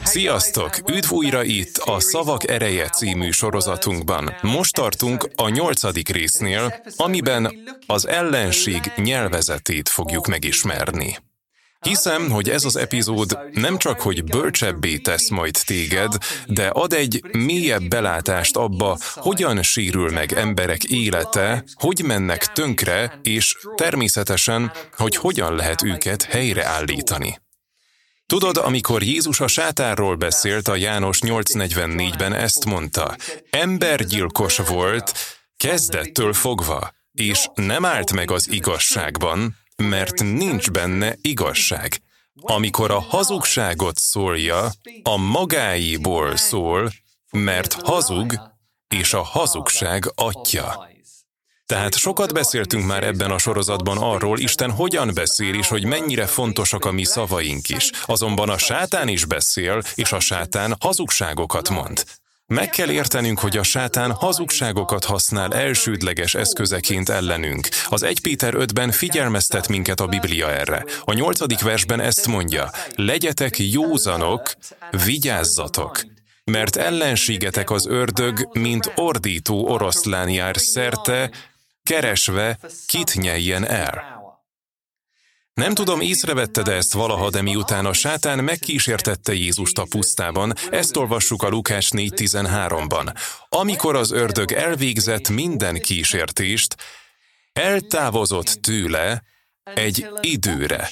Sziasztok! Üdv újra itt a Szavak ereje című sorozatunkban. Most tartunk a 8. résznél, amiben az ellenség nyelvezetét fogjuk megismerni. Hiszem, hogy ez az epizód nem csak, hogy bölcsebbé tesz majd téged, de ad egy mélyebb belátást abba, hogyan sérül meg emberek élete, hogy mennek tönkre, és természetesen, hogy hogyan lehet őket helyreállítani. Tudod, amikor Jézus a sátánról beszélt a János 8:44-ben, ezt mondta: embergyilkos volt kezdettől fogva, és nem állt meg az igazságban, mert nincs benne igazság. Amikor a hazugságot szólja, a magáéból szól, mert hazug, és a hazugság atya. Tehát sokat beszéltünk már ebben a sorozatban arról, Isten hogyan beszél, és hogy mennyire fontosak a mi szavaink is. Azonban a sátán is beszél, és a sátán hazugságokat mond. Meg kell értenünk, hogy a sátán hazugságokat használ elsődleges eszközeként ellenünk. Az 1 Péter 5-ben figyelmeztet minket a Biblia erre. A 8. versben ezt mondja: legyetek józanok, vigyázzatok, mert ellenségetek az ördög, mint ordító oroszlán jár szerte, keresve, kit nyeljen el. Nem tudom, észrevetted ezt valaha, de miután a sátán megkísértette Jézust a pusztában, ezt olvassuk a Lukás 4:13-ban. Amikor az ördög elvégzett minden kísértést, eltávozott tőle egy időre.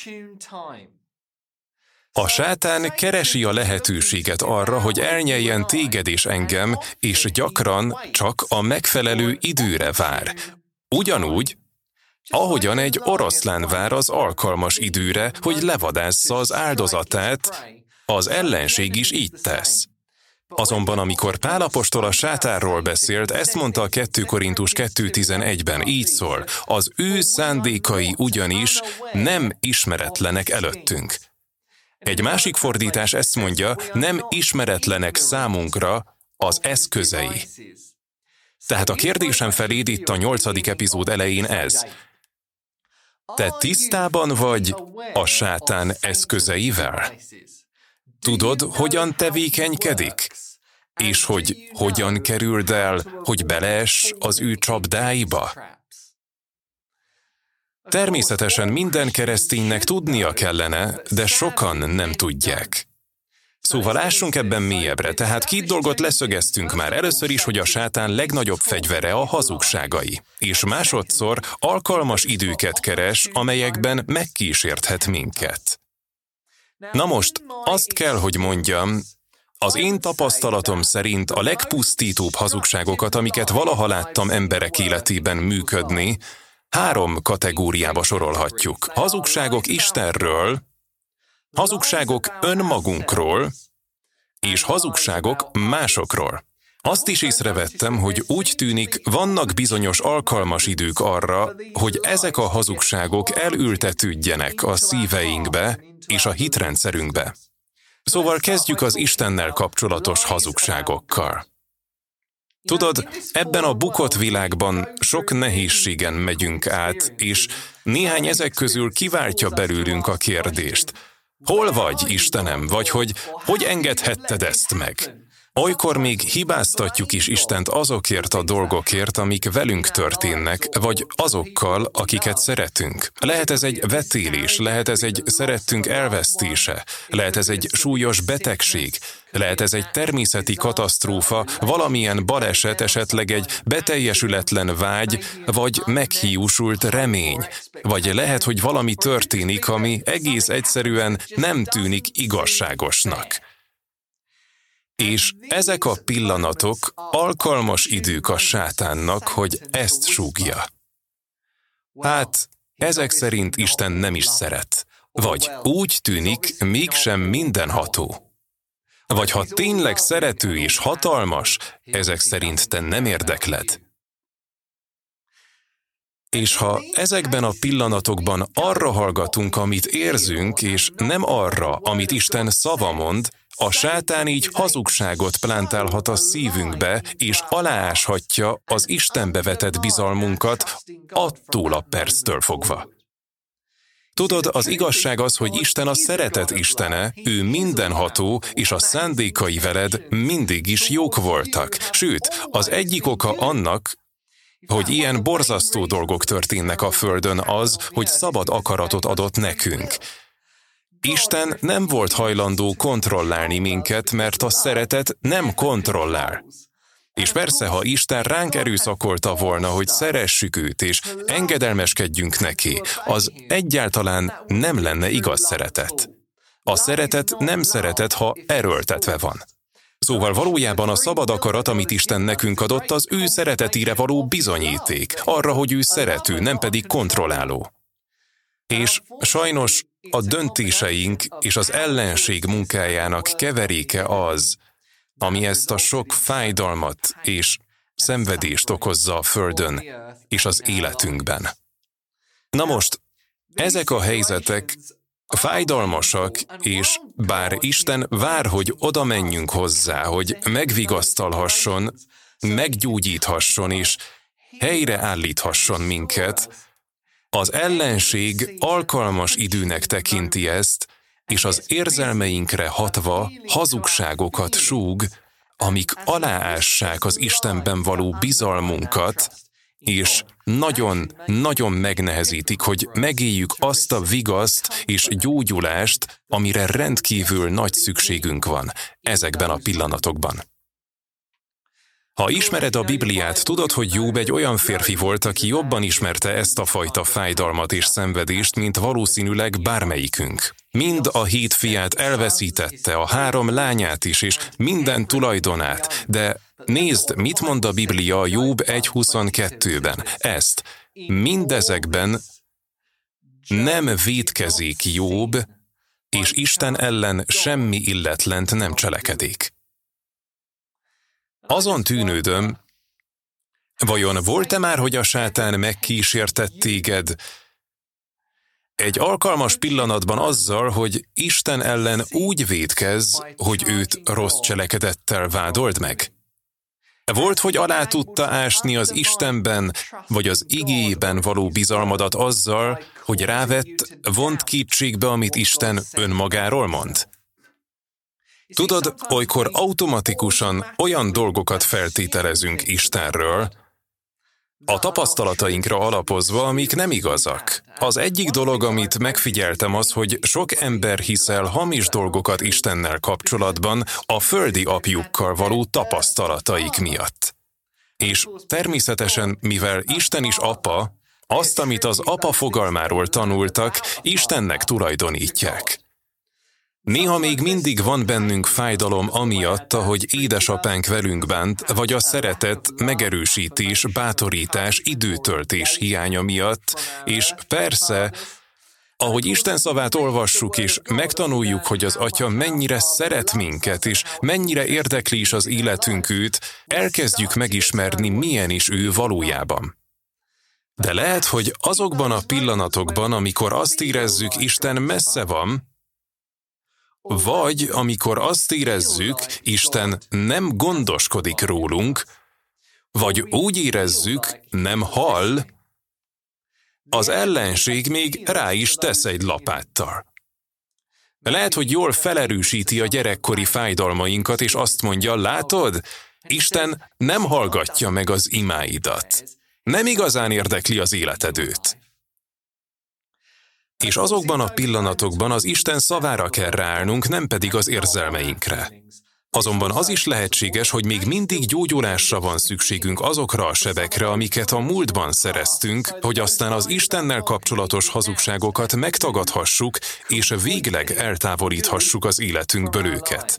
A sátán keresi a lehetőséget arra, hogy elnyeljen téged és engem, és gyakran csak a megfelelő időre vár. Ugyanúgy, ahogyan egy oroszlán vár az alkalmas időre, hogy levadásza az áldozatát, az ellenség is így tesz. Azonban amikor Pál apostol a sátánról beszélt, ezt mondta a 2 Korintus 2:11-ben, így szól: az ő szándékai ugyanis nem ismeretlenek előttünk. Egy másik fordítás ezt mondja: nem ismeretlenek számunkra az eszközei. Tehát a kérdésem feléd itt a 8. epizód elején ez: te tisztában vagy a sátán eszközeivel? Tudod, hogyan tevékenykedik? És hogy hogyan kerüld el, hogy beleess az ő csapdáiba? Természetesen minden kereszténynek tudnia kellene, de sokan nem tudják. Szóval lássunk ebben mélyebbre, tehát 2 dolgot leszögeztünk már. Először is, hogy a sátán legnagyobb fegyvere a hazugságai, és másodszor alkalmas időket keres, amelyekben megkísérthet minket. Na most, azt kell, hogy mondjam, az én tapasztalatom szerint a legpusztítóbb hazugságokat, amiket valaha láttam emberek életében működni, 3 kategóriába sorolhatjuk. Hazugságok Istenről, hazugságok önmagunkról, és hazugságok másokról. Azt is észrevettem, hogy úgy tűnik, vannak bizonyos alkalmas idők arra, hogy ezek a hazugságok elültetődjenek a szíveinkbe és a hitrendszerünkbe. Szóval kezdjük az Istennel kapcsolatos hazugságokkal. Tudod, ebben a bukott világban sok nehézségen megyünk át, és néhány ezek közül kiváltja belőlünk a kérdést: hol vagy, Istenem, vagy hogy engedhetted ezt meg? Olykor még hibáztatjuk is Istent azokért a dolgokért, amik velünk történnek, vagy azokkal, akiket szeretünk. Lehet ez egy vetélés, lehet ez egy szerettünk elvesztése, lehet ez egy súlyos betegség, lehet ez egy természeti katasztrófa, valamilyen baleset, esetleg egy beteljesületlen vágy, vagy meghiúsult remény. Vagy lehet, hogy valami történik, ami egész egyszerűen nem tűnik igazságosnak. És ezek a pillanatok alkalmas idők a sátánnak, hogy ezt súgja. Hát, ezek szerint Isten nem is szeret. Vagy úgy tűnik, mégsem mindenható. Vagy ha tényleg szerető és hatalmas, ezek szerint te nem érdekled. És ha ezekben a pillanatokban arra hallgatunk, amit érzünk, és nem arra, amit Isten szava mond, a sátán így hazugságot plántálhat a szívünkbe, és alááshatja az Istenbe vetett bizalmunkat attól a perctől fogva. Tudod, az igazság az, hogy Isten a szeretet istene, ő mindenható, és a szándékai veled mindig is jók voltak. Sőt, az egyik oka annak, hogy ilyen borzasztó dolgok történnek a földön az, hogy szabad akaratot adott nekünk. Isten nem volt hajlandó kontrollálni minket, mert a szeretet nem kontrollál. És persze, ha Isten ránk erőszakolta volna, hogy szeressük őt és engedelmeskedjünk neki, az egyáltalán nem lenne igaz szeretet. A szeretet nem szeretet, ha erőltetve van. Szóval valójában a szabad akarat, amit Isten nekünk adott, az ő szeretetére való bizonyíték, arra, hogy ő szerető, nem pedig kontrolláló. És sajnos a döntéseink és az ellenség munkájának keveréke az, ami ezt a sok fájdalmat és szenvedést okozza a földön és az életünkben. Na most, ezek a helyzetek fájdalmasak, és bár Isten vár, hogy oda menjünk hozzá, hogy megvigasztalhasson, meggyógyíthasson és helyreállíthasson minket, az ellenség alkalmas időnek tekinti ezt, és az érzelmeinkre hatva hazugságokat súg, amik aláássák az Istenben való bizalmunkat, és nagyon megnehezítik, hogy megéljük azt a vigaszt és gyógyulást, amire rendkívül nagy szükségünk van ezekben a pillanatokban. Ha ismered a Bibliát, tudod, hogy Jób egy olyan férfi volt, aki jobban ismerte ezt a fajta fájdalmat és szenvedést, mint valószínűleg bármelyikünk. Mind a 7 fiát elveszítette, a 3 lányát is, és minden tulajdonát, de nézd, mit mond a Biblia Jób 1.22-ben. Ezt, mindezekben nem vétkezik Jób, és Isten ellen semmi illetlent nem cselekedik. Azon tűnődöm, vajon volt-e már, hogy a sátán megkísértett téged egy alkalmas pillanatban azzal, hogy Isten ellen úgy vétkezz, hogy őt rossz cselekedettel vádold meg? Volt, hogy alá tudta ásni az Istenben, vagy az igéjében való bizalmadat azzal, hogy rávett, vont kétségbe, amit Isten önmagáról mond? Tudod, olykor automatikusan olyan dolgokat feltételezünk Istenről, a tapasztalatainkra alapozva, amik nem igazak. Az egyik dolog, amit megfigyeltem az, hogy sok ember hisz el hamis dolgokat Istennel kapcsolatban a földi apjukkal való tapasztalataik miatt. És természetesen, mivel Isten is apa, azt, amit az apa fogalmáról tanultak, Istennek tulajdonítják. Néha még mindig van bennünk fájdalom amiatt, ahogy édesapánk velünk bánt, vagy a szeretet, megerősítés, bátorítás, időtöltés hiánya miatt, és persze, ahogy Isten szavát olvassuk és megtanuljuk, hogy az Atya mennyire szeret minket, és mennyire érdekli is az életünk őt, elkezdjük megismerni, milyen is ő valójában. De lehet, hogy azokban a pillanatokban, amikor azt érezzük, Isten messze van, vagy amikor azt érezzük, Isten nem gondoskodik rólunk, vagy úgy érezzük, nem hall, az ellenség még rá is tesz egy lapáttal. Lehet, hogy jól felerősíti a gyerekkori fájdalmainkat, és azt mondja, látod, Isten nem hallgatja meg az imáidat. Nem igazán érdekli az életed őt. És azokban a pillanatokban az Isten szavára kell ráállnunk, nem pedig az érzelmeinkre. Azonban az is lehetséges, hogy még mindig gyógyulásra van szükségünk azokra a sebekre, amiket a múltban szereztünk, hogy aztán az Istennel kapcsolatos hazugságokat megtagadhassuk, és végleg eltávolíthassuk az életünkből őket.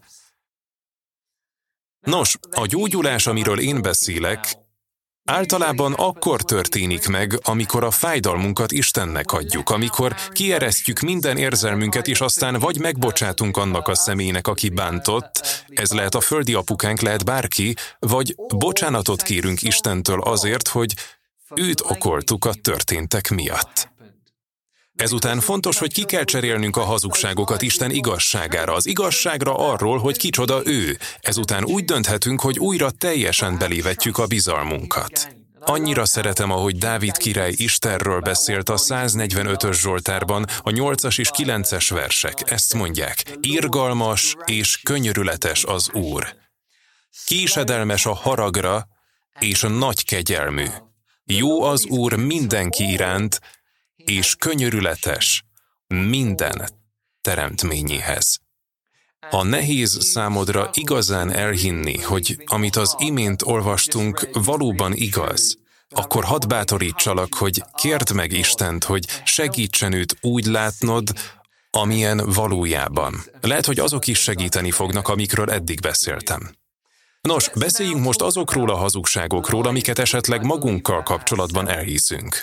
Nos, a gyógyulás, amiről én beszélek, általában akkor történik meg, amikor a fájdalmunkat Istennek adjuk, amikor kieresztjük minden érzelmünket, és aztán vagy megbocsátunk annak a személynek, aki bántott, ez lehet a földi apukánk, lehet bárki, vagy bocsánatot kérünk Istentől azért, hogy őt okoltuk a történtek miatt. Ezután fontos, hogy ki kell cserélnünk a hazugságokat Isten igazságára, az igazságra arról, hogy kicsoda ő. Ezután úgy dönthetünk, hogy újra teljesen belévetjük a bizalmunkat. Annyira szeretem, ahogy Dávid király Istenről beszélt a 145-ös Zsoltárban, a 8-as és 9-es versek. Ezt mondják: irgalmas és könyörületes az Úr. Késedelmes a haragra, és nagy kegyelmű. Jó az Úr mindenki iránt, és könyörületes minden teremtményéhez. Ha nehéz számodra igazán elhinni, hogy amit az imént olvastunk valóban igaz, akkor hadd bátorítsalak, hogy kérd meg Istent, hogy segítsen őt úgy látnod, amilyen valójában. Lehet, hogy azok is segíteni fognak, amikről eddig beszéltem. Nos, beszéljünk most azokról a hazugságokról, amiket esetleg magunkkal kapcsolatban elhiszünk.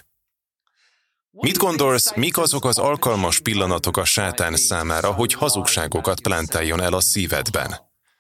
Mit gondolsz, mik azok az alkalmas pillanatok a sátán számára, hogy hazugságokat plántáljon el a szívedben?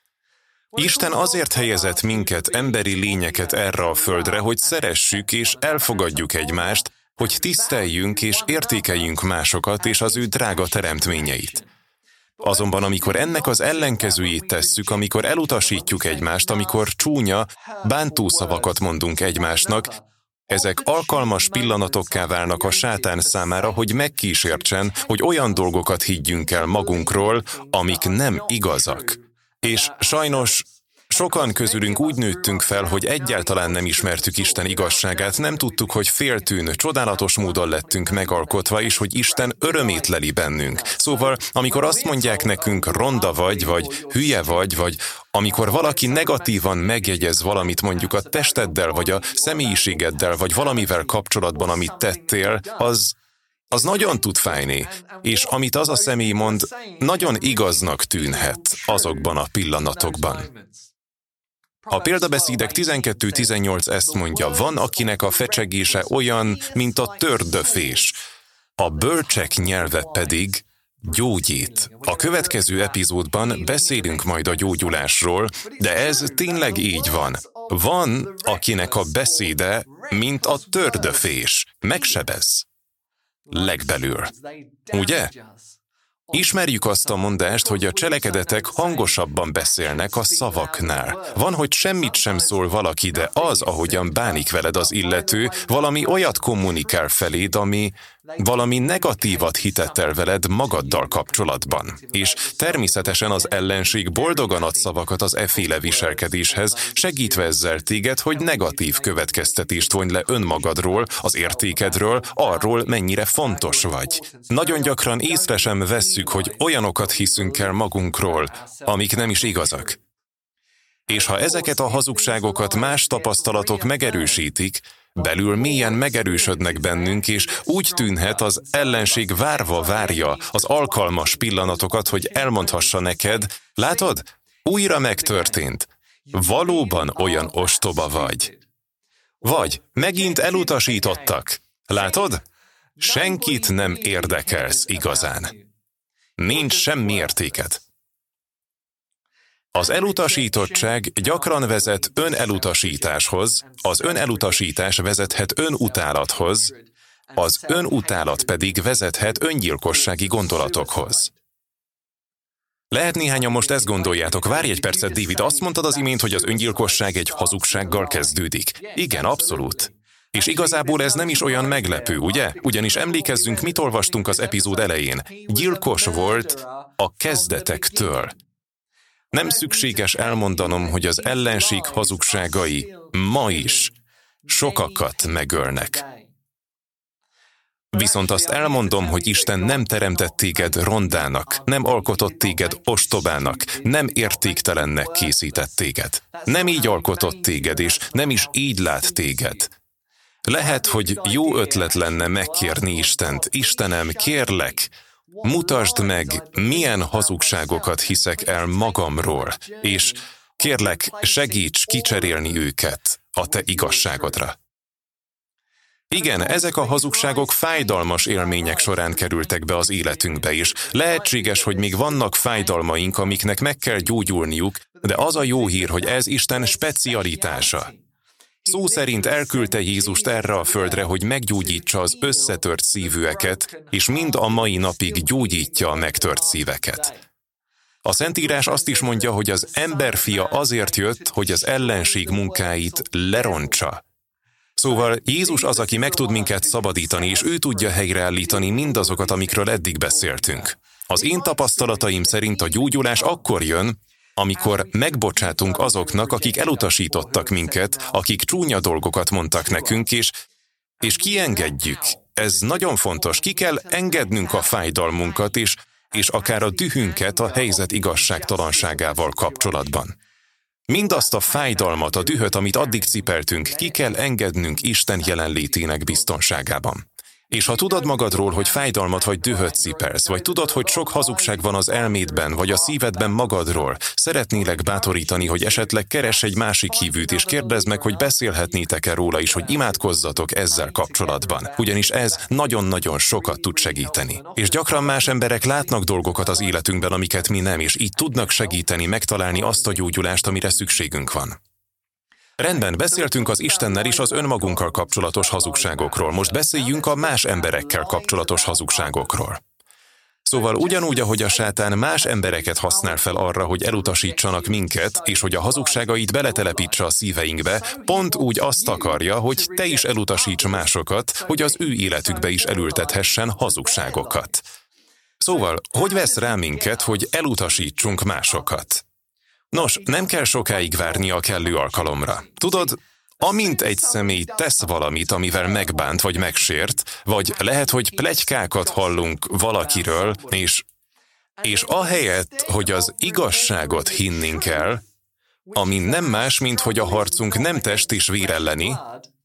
Isten azért helyezett minket, emberi lényeket erre a földre, hogy szeressük és elfogadjuk egymást, hogy tiszteljünk és értékeljünk másokat és az ő drága teremtményeit. Azonban amikor ennek az ellenkezőjét tesszük, amikor elutasítjuk egymást, amikor csúnya, bántó szavakat mondunk egymásnak, ezek alkalmas pillanatokká válnak a sátán számára, hogy megkísértsen, hogy olyan dolgokat higgyünk el magunkról, amik nem igazak. És sajnos sokan közülünk úgy nőttünk fel, hogy egyáltalán nem ismertük Isten igazságát, nem tudtuk, hogy féltűn, csodálatos módon lettünk megalkotva, és hogy Isten örömét leli bennünk. Szóval, amikor azt mondják nekünk, ronda vagy hülye vagy amikor valaki negatívan megjegyez valamit mondjuk a testeddel, vagy a személyiségeddel, vagy valamivel kapcsolatban, amit tettél, az nagyon tud fájni, és amit az a személy mond, nagyon igaznak tűnhet azokban a pillanatokban. A példabeszédek 12-18 ezt mondja: van, akinek a fecsegése olyan, mint a tördöfés, a bölcsek nyelve pedig gyógyít. A következő epizódban beszélünk majd a gyógyulásról, de ez tényleg így van. Van, akinek a beszéde, mint a tördöfés, megsebez. Legbelül. Ugye? Ismerjük azt a mondást, hogy a cselekedetek hangosabban beszélnek a szavaknál. Van, hogy semmit sem szól valaki, de az, ahogyan bánik veled az illető, valami olyat kommunikál feléd, ami valami negatívat hitett el veled magaddal kapcsolatban. És természetesen az ellenség boldogan ad szavakat az efféle viselkedéshez, segítve ezzel téged, hogy negatív következtetést vonj le önmagadról, az értékedről, arról, mennyire fontos vagy. Nagyon gyakran észre sem vesszük, hogy olyanokat hiszünk el magunkról, amik nem is igazak. És ha ezeket a hazugságokat más tapasztalatok megerősítik, belül mélyen megerősödnek bennünk, és úgy tűnhet, az ellenség várva várja az alkalmas pillanatokat, hogy elmondhassa neked: látod, újra megtörtént. Valóban olyan ostoba vagy. Vagy megint elutasítottak. Látod? Senkit nem érdekelsz igazán. Nincs semmi értéked. Az elutasítottság gyakran vezet önelutasításhoz, az önelutasítás vezethet önutálathoz, az önutálat pedig vezethet öngyilkossági gondolatokhoz. Lehet néhányan most ezt gondoljátok: várj egy percet, David, azt mondtad az imént, hogy az öngyilkosság egy hazugsággal kezdődik. Igen, abszolút. És igazából ez nem is olyan meglepő, ugye? Ugyanis emlékezzünk, mit olvastunk az epizód elején. Gyilkos volt a kezdetektől. Nem szükséges elmondanom, hogy az ellenség hazugságai ma is sokakat megölnek. Viszont azt elmondom, hogy Isten nem teremtett téged rondának, nem alkotott téged ostobának, nem értéktelennek készített téged. Nem így alkotott téged, és nem is így lát téged. Lehet, hogy jó ötlet lenne megkérni Istent: Istenem, kérlek, mutasd meg, milyen hazugságokat hiszek el magamról, és kérlek, segíts kicserélni őket a te igazságodra. Igen, ezek a hazugságok fájdalmas élmények során kerültek be az életünkbe is. Lehetséges, hogy még vannak fájdalmaink, amiknek meg kell gyógyulniuk, de az a jó hír, hogy ez Isten specialitása. Szó szerint elküldte Jézust erre a földre, hogy meggyógyítsa az összetört szívűeket, és mind a mai napig gyógyítja a megtört szíveket. A Szentírás azt is mondja, hogy az emberfia azért jött, hogy az ellenség munkáit lerontsa. Szóval Jézus az, aki meg tud minket szabadítani, és ő tudja helyreállítani mindazokat, amikről eddig beszéltünk. Az én tapasztalataim szerint a gyógyulás akkor jön, amikor megbocsátunk azoknak, akik elutasítottak minket, akik csúnya dolgokat mondtak nekünk, és kiengedjük. Ez nagyon fontos, ki kell engednünk a fájdalmunkat, és akár a dühünket a helyzet igazságtalanságával kapcsolatban. Mindazt a fájdalmat, a dühöt, amit addig cipeltünk, ki kell engednünk Isten jelenlétének biztonságában. És ha tudod magadról, hogy fájdalmat vagy dühöt cipelsz, vagy tudod, hogy sok hazugság van az elmédben, vagy a szívedben magadról, szeretnélek bátorítani, hogy esetleg keress egy másik hívőt, és kérdezd meg, hogy beszélhetnétek-e róla is, hogy imádkozzatok ezzel kapcsolatban. Ugyanis ez nagyon-nagyon sokat tud segíteni. És gyakran más emberek látnak dolgokat az életünkben, amiket mi nem, és így tudnak segíteni megtalálni azt a gyógyulást, amire szükségünk van. Rendben, beszéltünk az Istennel és az önmagunkkal kapcsolatos hazugságokról, most beszéljünk a más emberekkel kapcsolatos hazugságokról. Szóval ugyanúgy, ahogy a sátán más embereket használ fel arra, hogy elutasítsanak minket, és hogy a hazugságait beletelepítse a szíveinkbe, pont úgy azt akarja, hogy te is elutasíts másokat, hogy az ő életükbe is elültethessen hazugságokat. Szóval, hogy vesz rá minket, hogy elutasítsunk másokat? Nos, nem kell sokáig várni a kellő alkalomra. Tudod, amint egy személy tesz valamit, amivel megbánt vagy megsért, vagy lehet, hogy pletykákat hallunk valakiről, és ahelyett, hogy az igazságot hinnénk el, ami nem más, mint hogy a harcunk nem test és vér elleni,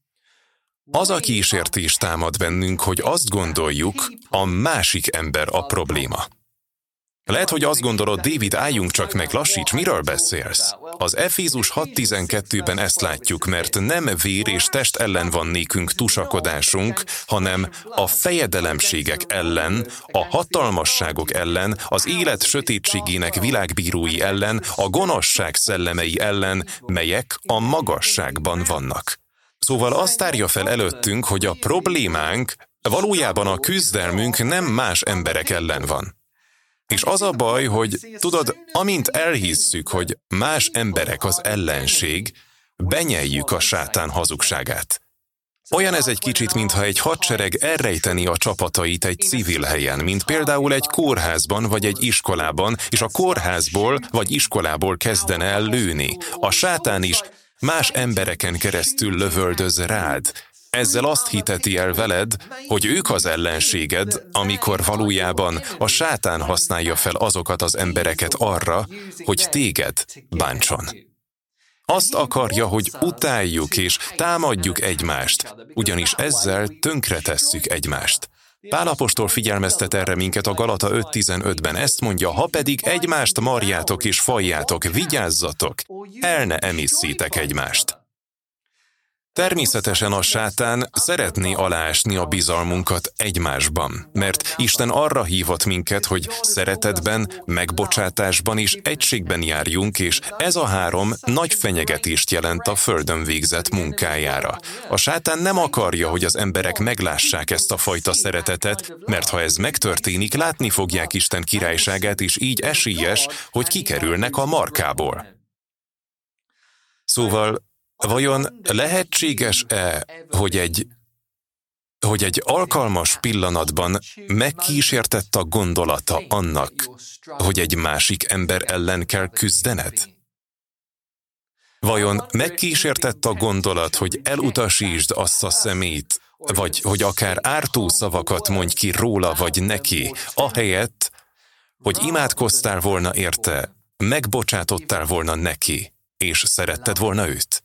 az a kísértés támad bennünk, hogy azt gondoljuk, a másik ember a probléma. Lehet, hogy azt gondolod, David, álljunk csak meg, lassíts, miről beszélsz? Az Efézus 6.12-ben ezt látjuk, mert nem vér és test ellen van nékünk tusakodásunk, hanem a fejedelemségek ellen, a hatalmasságok ellen, az élet sötétségének világbírói ellen, a gonoszság szellemei ellen, melyek a magasságban vannak. Szóval azt tárja fel előttünk, hogy a problémánk, valójában a küzdelmünk nem más emberek ellen van. És az a baj, hogy tudod, amint elhisszük, hogy más emberek az ellenség, benyeljük a sátán hazugságát. Olyan ez egy kicsit, mintha egy hadsereg elrejteni a csapatait egy civil helyen, mint például egy kórházban vagy egy iskolában, és a kórházból vagy iskolából kezdene el lőni. A sátán is más embereken keresztül lövöldöz rád. Ezzel azt hiteti el veled, hogy ők az ellenséged, amikor valójában a sátán használja fel azokat az embereket arra, hogy téged bántson. Azt akarja, hogy utáljuk és támadjuk egymást, ugyanis ezzel tönkretesszük egymást. Pál apostol figyelmeztet erre minket a Galata 5.15-ben, ezt mondja, ha pedig egymást marjátok és fajjátok, vigyázzatok, el ne emisszétek egymást. Természetesen a sátán szeretné aláásni a bizalmunkat egymásban, mert Isten arra hívott minket, hogy szeretetben, megbocsátásban és egységben járjunk, és ez a három nagy fenyegetést jelent a földön végzett munkájára. A sátán nem akarja, hogy az emberek meglássák ezt a fajta szeretetet, mert ha ez megtörténik, látni fogják Isten királyságát, és így esélyes, hogy kikerülnek a markából. Szóval, vajon lehetséges-e, hogy egy alkalmas pillanatban megkísértett a gondolata annak, hogy egy másik ember ellen kell küzdened? Vajon megkísértett a gondolat, hogy elutasítsd azt a szemét, vagy hogy akár ártó szavakat mondj ki róla vagy neki, ahelyett, hogy imádkoztál volna érte, megbocsátottál volna neki, és szeretted volna őt?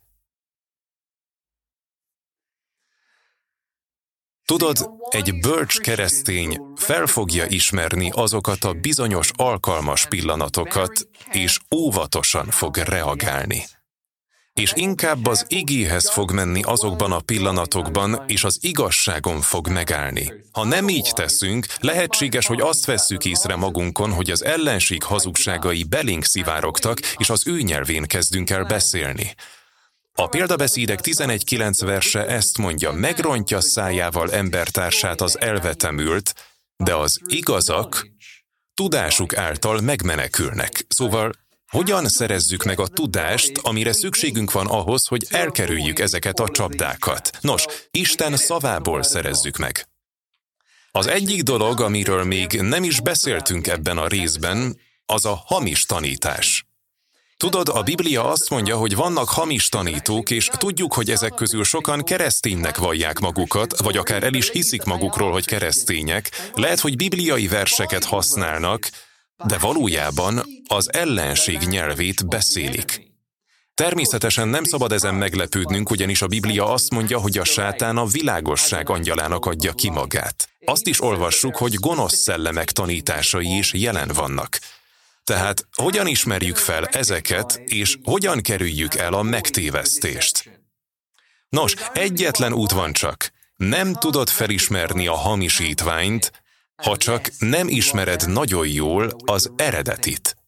Tudod, egy bölcs keresztény fel fogja ismerni azokat a bizonyos alkalmas pillanatokat, és óvatosan fog reagálni. És inkább az igéhez fog menni azokban a pillanatokban, és az igazságon fog megállni. Ha nem így teszünk, lehetséges, hogy azt vesszük észre magunkon, hogy az ellenség hazugságai belénk szivárogtak, és az ő nyelvén kezdünk el beszélni. A példabeszédek 11.9 verse ezt mondja, megrontja szájával embertársát az elvetemült, de az igazak tudásuk által megmenekülnek. Szóval Hogyan szerezzük meg a tudást, amire szükségünk van ahhoz, hogy elkerüljük ezeket a csapdákat? Nos, Isten szavából szerezzük meg. Az egyik dolog, amiről még nem is beszéltünk ebben a részben, az a hamis tanítás. Tudod, a Biblia azt mondja, hogy vannak hamis tanítók, és tudjuk, hogy ezek közül sokan kereszténynek vallják magukat, vagy akár el is hiszik magukról, hogy keresztények. Lehet, hogy bibliai verseket használnak, de valójában az ellenség nyelvét beszélik. Természetesen nem szabad ezen meglepődnünk, ugyanis a Biblia azt mondja, hogy a sátán a világosság angyalának adja ki magát. Azt is olvassuk, hogy gonosz szellemek tanításai is jelen vannak. Tehát hogyan ismerjük fel ezeket, és hogyan kerüljük el a megtévesztést? Nos, egyetlen út van csak. Nem tudod felismerni a hamisítványt, ha csak nem ismered nagyon jól az eredetit.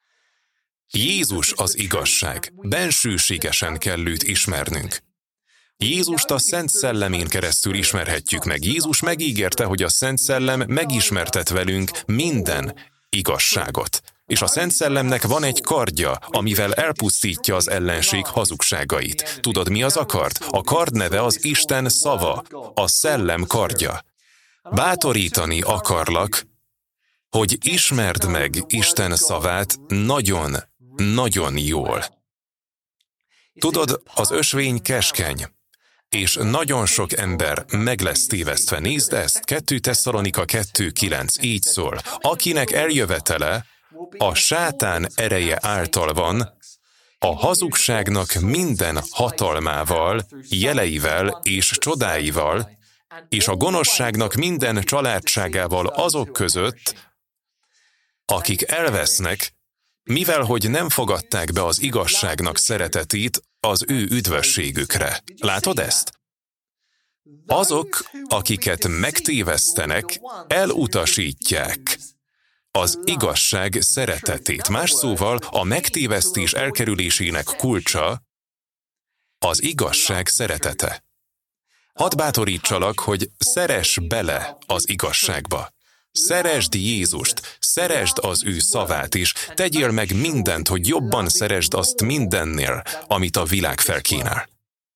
Jézus az igazság. Bensőségesen kell őt ismernünk. Jézust a Szent Szellemén keresztül ismerhetjük meg. Jézus megígérte, hogy a Szent Szellem megismertet velünk minden igazságot. És a Szent Szellemnek van egy kardja, amivel elpusztítja az ellenség hazugságait. Tudod, mi az a kard? A kard neve az Isten szava, a Szellem kardja. Bátorítani akarlak, hogy ismerd meg Isten szavát nagyon, nagyon jól. Tudod, az ösvény keskeny, és nagyon sok ember meg lesz tévesztve. Nézd ezt, 2 Tesszalonika 2:9, így szól. Akinek eljövetele a sátán ereje által van, a hazugságnak minden hatalmával, jeleivel és csodáival, és a gonoszságnak minden családságával azok között, akik elvesznek, mivel hogy nem fogadták be az igazságnak szeretetét az ő üdvösségükre. Látod ezt? Azok, akiket megtévesztenek, elutasítják az igazság szeretetét. Más szóval a megtévesztés elkerülésének kulcsa az igazság szeretete. Hadd bátorítsalak, hogy szeress bele az igazságba. Szeresd Jézust, szeresd az ő szavát is, tegyél meg mindent, hogy jobban szeresd azt mindennél, amit a világ felkínál.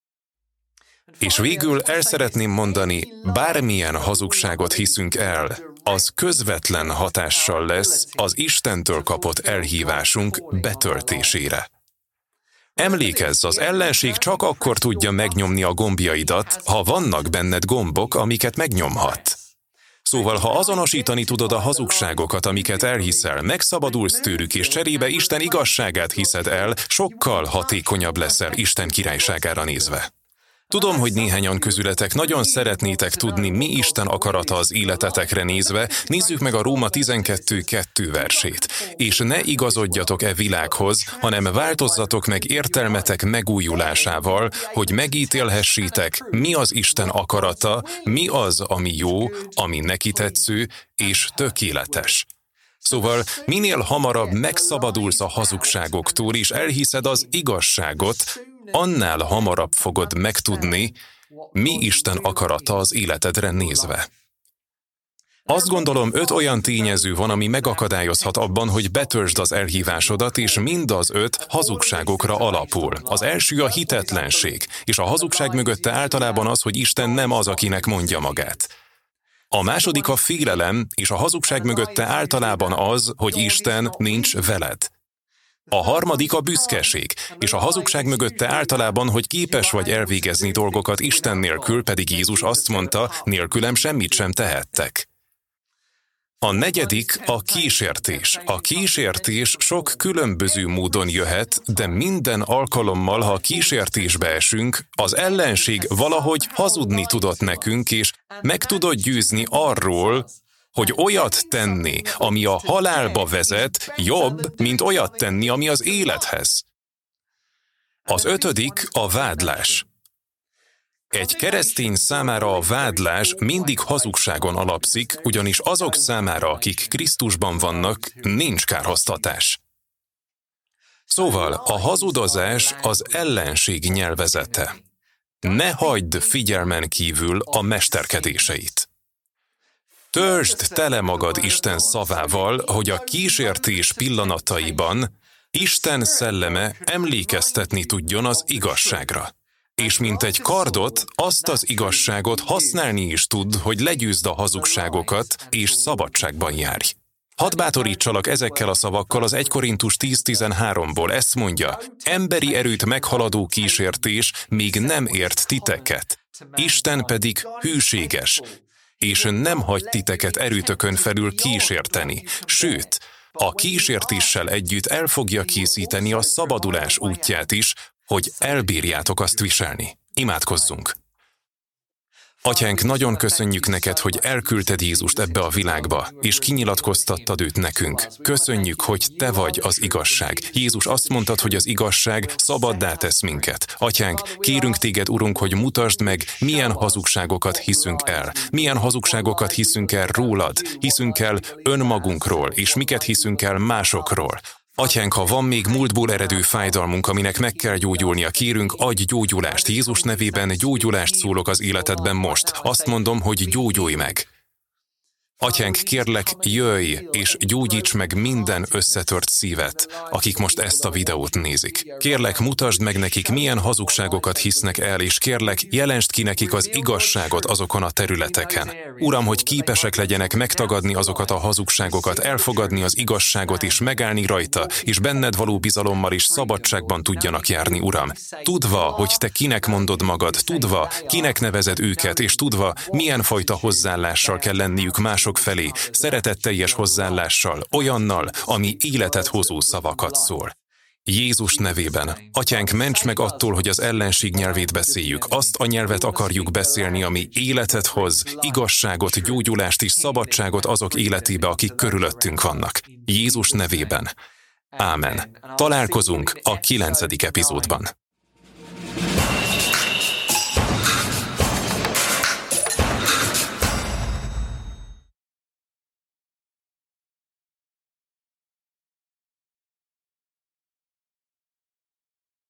És végül el szeretném mondani, bármilyen hazugságot hiszünk el, az közvetlen hatással lesz az Istentől kapott elhívásunk betöltésére. Emlékezz, az ellenség csak akkor tudja megnyomni a gombjaidat, ha vannak benned gombok, amiket megnyomhat. Szóval, ha azonosítani tudod a hazugságokat, amiket elhiszel, megszabadulsz tőlük, és cserébe Isten igazságát hiszed el, sokkal hatékonyabb leszel Isten királyságára nézve. Tudom, hogy néhányan közületek nagyon szeretnétek tudni, mi Isten akarata az életetekre nézve, nézzük meg a Róma 12:2 versét. És ne igazodjatok e világhoz, hanem változzatok meg értelmetek megújulásával, hogy megítélhessétek, mi az Isten akarata, mi az, ami jó, ami neki tetsző és tökéletes. Szóval minél hamarabb megszabadulsz a hazugságoktól, és elhiszed az igazságot, annál hamarabb fogod megtudni, mi Isten akarata az életedre nézve. Azt gondolom, 5 olyan tényező van, ami megakadályozhat abban, hogy betöltsd az elhívásodat, és mind az 5 hazugságokra alapul. Az első a hitetlenség, és a hazugság mögötte általában az, hogy Isten nem az, akinek mondja magát. A második a félelem, és a hazugság mögötte általában az, hogy Isten nincs veled. A harmadik a büszkeség, és a hazugság mögötte általában, hogy képes vagy elvégezni dolgokat Isten nélkül, pedig Jézus azt mondta, nélkülem semmit sem tehettek. A negyedik a kísértés. A kísértés sok különböző módon jöhet, de minden alkalommal, ha kísértésbe esünk, az ellenség valahogy hazudni tudott nekünk, és meg tudott győzni arról, hogy olyat tenni, ami a halálba vezet, jobb, mint olyat tenni, ami az élethez. Az 5. a vádlás. Egy keresztény számára a vádlás mindig hazugságon alapszik, ugyanis azok számára, akik Krisztusban vannak, nincs kárhoztatás. Szóval a hazudozás az ellenség nyelvezete. Ne hagyd figyelmen kívül a mesterkedéseit. Töltsd tele magad Isten szavával, hogy a kísértés pillanataiban Isten szelleme emlékeztetni tudjon az igazságra. És mint egy kardot, azt az igazságot használni is tud, hogy legyőzd a hazugságokat, és szabadságban járj. Hadd bátorítsalak ezekkel a szavakkal az 1 Korintus 10:13-ból, ezt mondja: emberi erőt meghaladó kísértés még nem ért titeket, Isten pedig hűséges, és nem hagy titeket erőtökön felül kísérteni, sőt, a kísértéssel együtt el fogja készíteni a szabadulás útját is, hogy elbírjátok azt viselni. Imádkozzunk! Atyánk, nagyon köszönjük neked, hogy elküldted Jézust ebbe a világba, és kinyilatkoztattad őt nekünk. Köszönjük, hogy te vagy az igazság. Jézus, azt mondtad, hogy az igazság szabaddá tesz minket. Atyánk, kérünk téged, Urunk, hogy mutasd meg, milyen hazugságokat hiszünk el. Milyen hazugságokat hiszünk el rólad, hiszünk el önmagunkról, és miket hiszünk el másokról. Atyánk, ha van még múltból eredő fájdalmunk, aminek meg kell gyógyulnia, kérünk, adj gyógyulást. Jézus nevében gyógyulást szólok az életedben most. Azt mondom, hogy gyógyulj meg. Atyánk, kérlek, jöjj és gyógyíts meg minden összetört szívet, akik most ezt a videót nézik. Kérlek, mutasd meg nekik, milyen hazugságokat hisznek el, és kérlek, jelensd ki nekik az igazságot azokon a területeken. Uram, hogy képesek legyenek megtagadni azokat a hazugságokat, elfogadni az igazságot és megállni rajta, és benned való bizalommal és szabadságban tudjanak járni, Uram. Tudva, hogy te kinek mondod magad, tudva, kinek nevezed őket, és tudva, milyen fajta hozzáállással kell lenniük mások felé, szeretetteljes hozzáállással, olyannal, ami életet hozó szavakat szól. Jézus nevében, Atyánk, ments meg attól, hogy az ellenség nyelvét beszéljük. Azt a nyelvet akarjuk beszélni, ami életet hoz, igazságot, gyógyulást és szabadságot azok életébe, akik körülöttünk vannak. Jézus nevében. Ámen. Találkozunk a 9. epizódban.